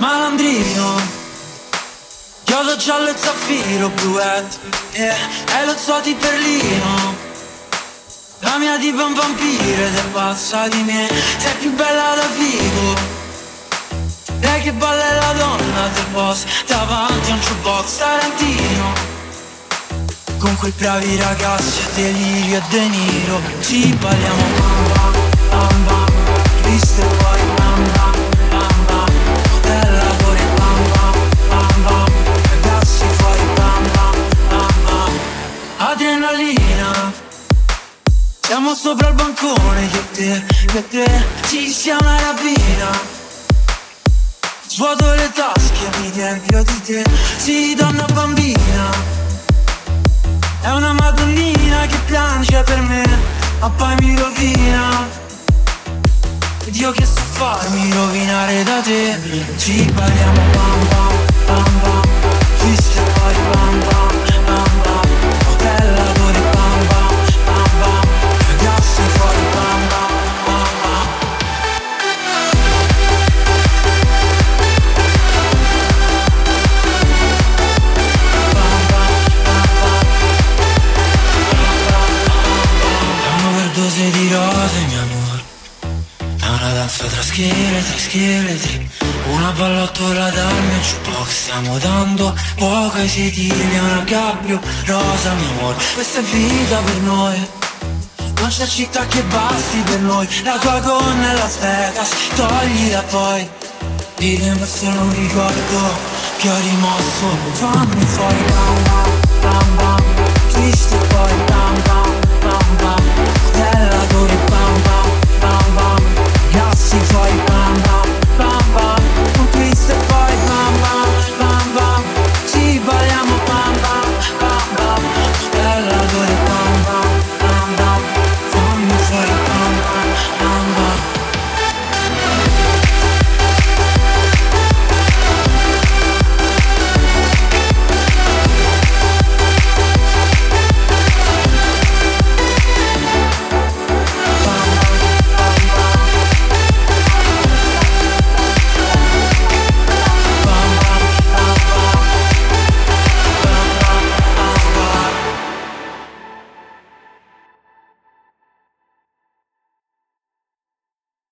malandrino, chiodo giallo e zaffiro bluette, yeah, e lo zoo di Berlino. La mia diva è un vampiro ed è pazza di me, sei più bella da vivo. Lei che balla è la donna del boss, davanti a un jukebox tarantino, con quei bravi ragazzi a Delirio e De Niro. Ci balliamo bam bam bam bam, twist e poi bam bam bam bam, modellatore bam bam bam bam, ragazzi fuori bam bam bam bam. Adrenalina, siamo sopra il bancone io e te, ci sia una rapina. Svuoto le tasche, mi riempio di te, sì donna bambina. È una madonnina che piange per me, ma poi mi rovina. Ed io che so farmi rovinare da te. Ci parliamo bam bam bam bam, twist e poi bam bam bam bam, modellatore bam bam bam bam, ragazzi fuori bam bam bam bam. Dose di rose, mio amore, è una danza tra scheletri, una pallottola dal mio jukebox. Stiamo dando fuoco ai sedili, è una gabbio rosa, mio amore, questa è vita per noi. Non c'è città che basti per noi, la tua gonna è Las Vegas, toglila poi. Diremo solo un ricordo che ho rimosso. Fammi fuori bam bam bam bam, twist e poi bam